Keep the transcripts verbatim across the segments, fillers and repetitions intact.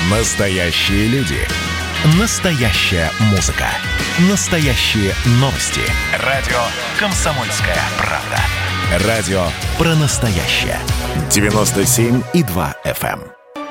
Настоящие люди. Настоящая музыка. Настоящие новости. Радио «Комсомольская правда». Радио про настоящее. девяносто семь и два эф эм.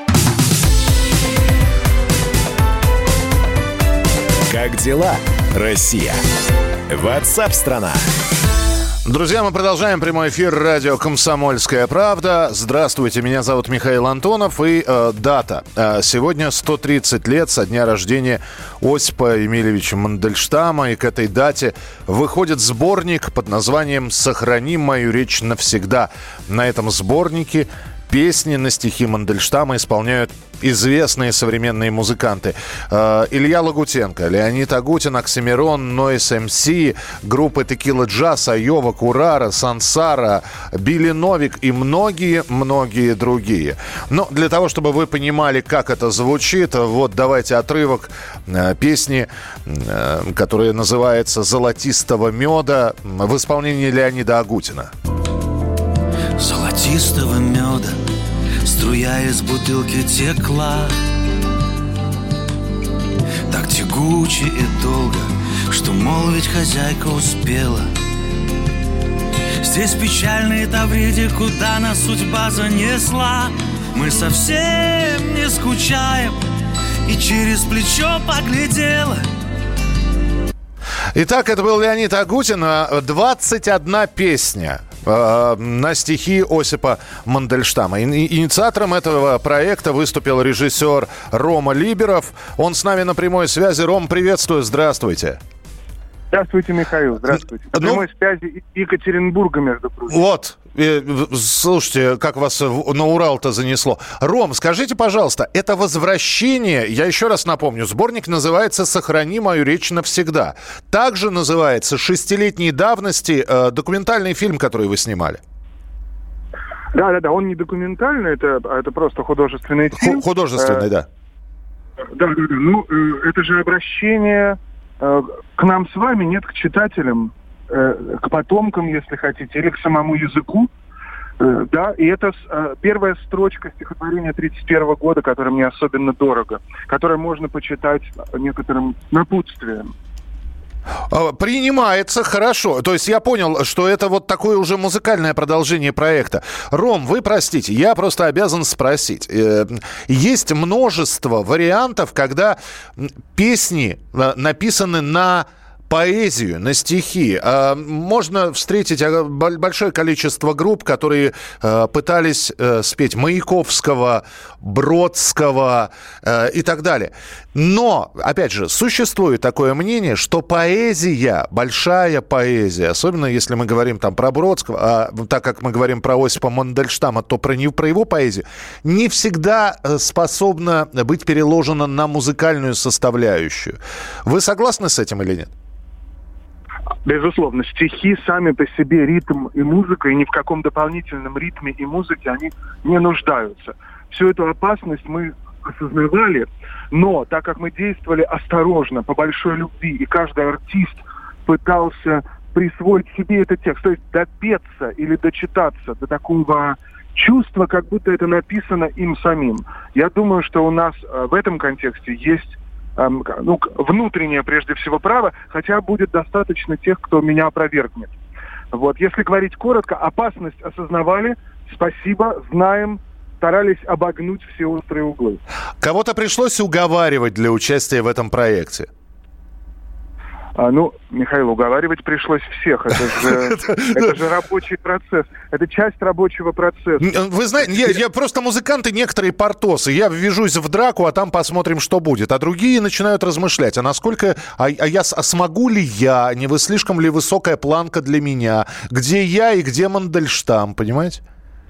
Как дела, Россия? Ватсап-страна! Друзья, мы продолжаем прямой эфир радио «Комсомольская правда». Здравствуйте, меня зовут Михаил Антонов. И э, дата. Э, сегодня сто тридцать лет со дня рождения Осипа Емельевича Мандельштама. И к этой дате выходит сборник под названием «Сохрани мою речь навсегда». На этом сборнике песни на стихи Мандельштама исполняют известные современные музыканты. Э, Илья Лагутенко, Леонид Агутин, Оксимирон, Нойз эм си, группы Текила Джаз, Айова, Курара, Сансара, Билли Новик и многие-многие другие. Но для того, чтобы вы понимали, как это звучит, вот давайте отрывок э, песни, э, которая называется «Золотистого меда» в исполнении Леонида Агутина. Золотистого меда струя из бутылки текла, так тягуче и долго, что молвить хозяйка успела. Здесь печальные Тавриды, куда нас судьба занесла. Мы совсем не скучаем, и через плечо поглядела. Итак, это был Леонид Агутин. двадцать одна песня на стихи Осипа Мандельштама. Инициатором этого проекта выступил режиссер Рома Либеров. Он с нами на прямой связи. Ром, приветствую, здравствуйте. Здравствуйте, Михаил, здравствуйте. На прямой ну, связи Екатеринбурга, между прочим. Вот, слушайте, как вас на Урал-то занесло. Ром, скажите, пожалуйста, это возвращение, я еще раз напомню, сборник называется «Сохрани мою речь навсегда». Также называется шестилетней давности э, документальный фильм, который вы снимали. Да-да-да, он не документальный, это, это просто художественный фильм. Художественный, да. Да-да-да, ну, это же обращение к нам с вами, нет, к читателям, к потомкам, если хотите, или к самому языку. Да, и это первая строчка стихотворения тридцать первого года, которая мне особенно дорого, которое можно почитать некоторым напутствием. Принимается, хорошо. То есть я понял, что это вот такое уже музыкальное продолжение проекта. Ром, вы простите, я просто обязан спросить. Есть множество вариантов, когда песни написаны на поэзию, на стихи. Можно встретить большое количество групп, которые пытались спеть Маяковского, Бродского и так далее. Но, опять же, существует такое мнение, что поэзия, большая поэзия, особенно если мы говорим там про Бродского, а так как мы говорим про Осипа Мандельштама, то про, не, про его поэзию, не всегда способна быть переложена на музыкальную составляющую. Вы согласны с этим или нет? Безусловно, стихи сами по себе, ритм и музыка, и ни в каком дополнительном ритме и музыке они не нуждаются. Всю эту опасность мы осознавали, но так как мы действовали осторожно, по большой любви, и каждый артист пытался присвоить себе этот текст, то есть допеться или дочитаться до такого чувства, как будто это написано им самим. Я думаю, что у нас в этом контексте есть ну, внутреннее, прежде всего, право, хотя будет достаточно тех, кто меня опровергнет. Вот. Если говорить коротко, опасность осознавали, спасибо, знаем, старались обогнуть все острые углы. Кого-то пришлось уговаривать для участия в этом проекте? А, ну, Михаил, уговаривать пришлось всех. Это же, это же рабочий процесс. Это часть рабочего процесса. Вы знаете, я, я просто музыканты некоторые портосы. Я ввяжусь в драку, а там посмотрим, что будет. А другие начинают размышлять. А насколько... А, а, я, а смогу ли я? Не вы слишком ли высокая планка для меня? Где я и где Мандельштам, понимаете?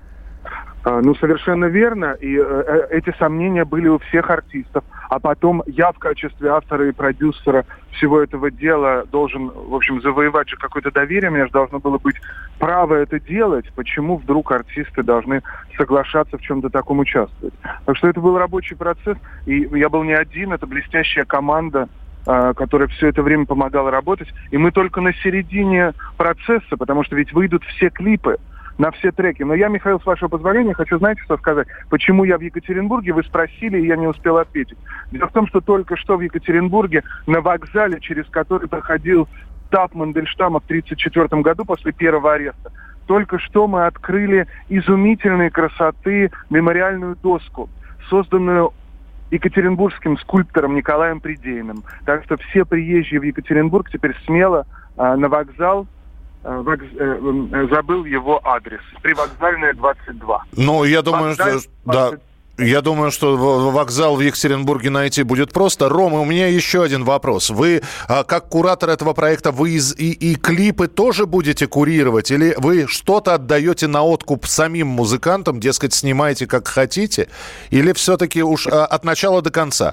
Ну, совершенно верно. И э, эти сомнения были у всех артистов. А потом я в качестве автора и продюсера всего этого дела должен, в общем, завоевать же какое-то доверие. У меня же должно было быть право это делать. Почему вдруг артисты должны соглашаться в чем-то таком участвовать? Так что это был рабочий процесс. И я был не один, это блестящая команда, э, которая все это время помогала работать. И мы только на середине процесса, потому что ведь выйдут все клипы. на все треки. Но я, Михаил, с вашего позволения, хочу, знаете, что сказать? Почему я в Екатеринбурге? Вы спросили, и я не успел ответить. Дело в том, что только что в Екатеринбурге на вокзале, через который проходил этап Мандельштама в тысяча девятьсот тридцать четвёртом году после первого ареста, только что мы открыли изумительной красоты мемориальную доску, созданную екатеринбургским скульптором Николаем Придеиным. Так что все приезжие в Екатеринбург теперь смело а, на вокзал, а, вокз, э, забыл его адрес. Привокзальная, двадцать два. Ну, я думаю, Вокзаль, что... Да. Я думаю, что вокзал в Екатеринбурге найти будет просто. Рома, у меня еще один вопрос. Вы, как куратор этого проекта, вы и, и клипы тоже будете курировать? Или вы что-то отдаете на откуп самим музыкантам, дескать, снимайте как хотите? Или все-таки уж от начала до конца?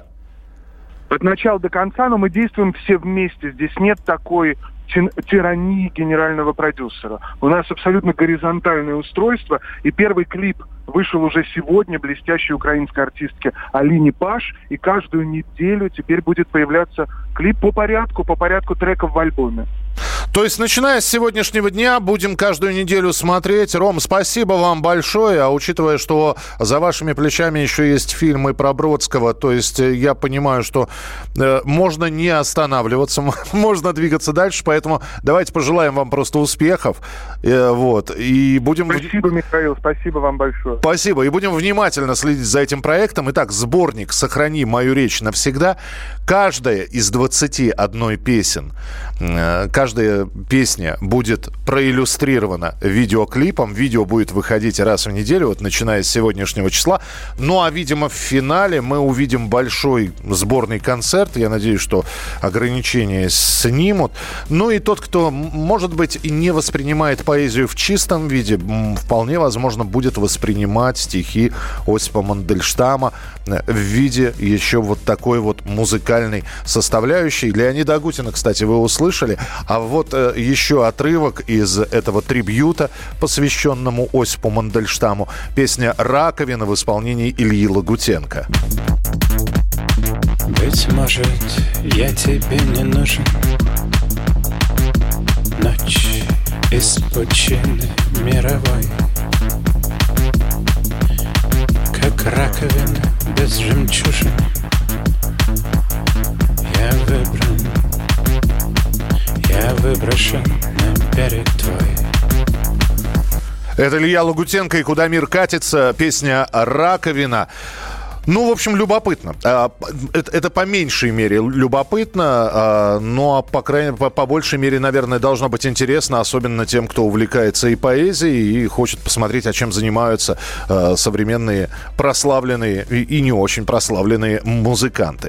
От начала до конца, но мы действуем все вместе. Здесь нет такой тирании генерального продюсера. У нас абсолютно горизонтальное устройство, и первый клип вышел уже сегодня блестящей украинской артистке Алине Паш, и каждую неделю теперь будет появляться клип по порядку, по порядку треков в альбоме. То есть, начиная с сегодняшнего дня, будем каждую неделю смотреть. Ром, спасибо вам большое. А учитывая, что за вашими плечами еще есть фильмы про Бродского, то есть я понимаю, что э, можно не останавливаться, можно двигаться дальше. Поэтому давайте пожелаем вам просто успехов. Э, вот, и будем... Спасибо, Михаил, спасибо вам большое. Спасибо. И будем внимательно следить за этим проектом. Итак, сборник «Сохрани мою речь навсегда». Каждая из двадцати одной песен, э, каждая песня будет проиллюстрирована видеоклипом. Видео будет выходить раз в неделю, вот начиная с сегодняшнего числа. Ну, а, видимо, в финале мы увидим большой сборный концерт. Я надеюсь, что ограничения снимут. Ну, и тот, кто, может быть, и не воспринимает поэзию в чистом виде, вполне возможно, будет воспринимать стихи Осипа Мандельштама в виде еще вот такой вот музыкальной составляющей. Леонида Агутина, кстати, вы услышали. А вот еще отрывок из этого трибьюта, посвященному Осипу Мандельштаму. Песня «Раковина» в исполнении Ильи Лагутенко. Быть может, я тебе не нужен. Ночь из пучины мировой, как раковина без жемчужин. Я выбран, я выброшен на берег твой. Это Илья Лагутенко и «Куда мир катится», песня «Раковина». Ну, в общем, любопытно. Это по меньшей мере любопытно, но по, крайней, по, по большей мере, наверное, должно быть интересно, особенно тем, кто увлекается и поэзией, и хочет посмотреть, о чем занимаются современные прославленные и не очень прославленные музыканты.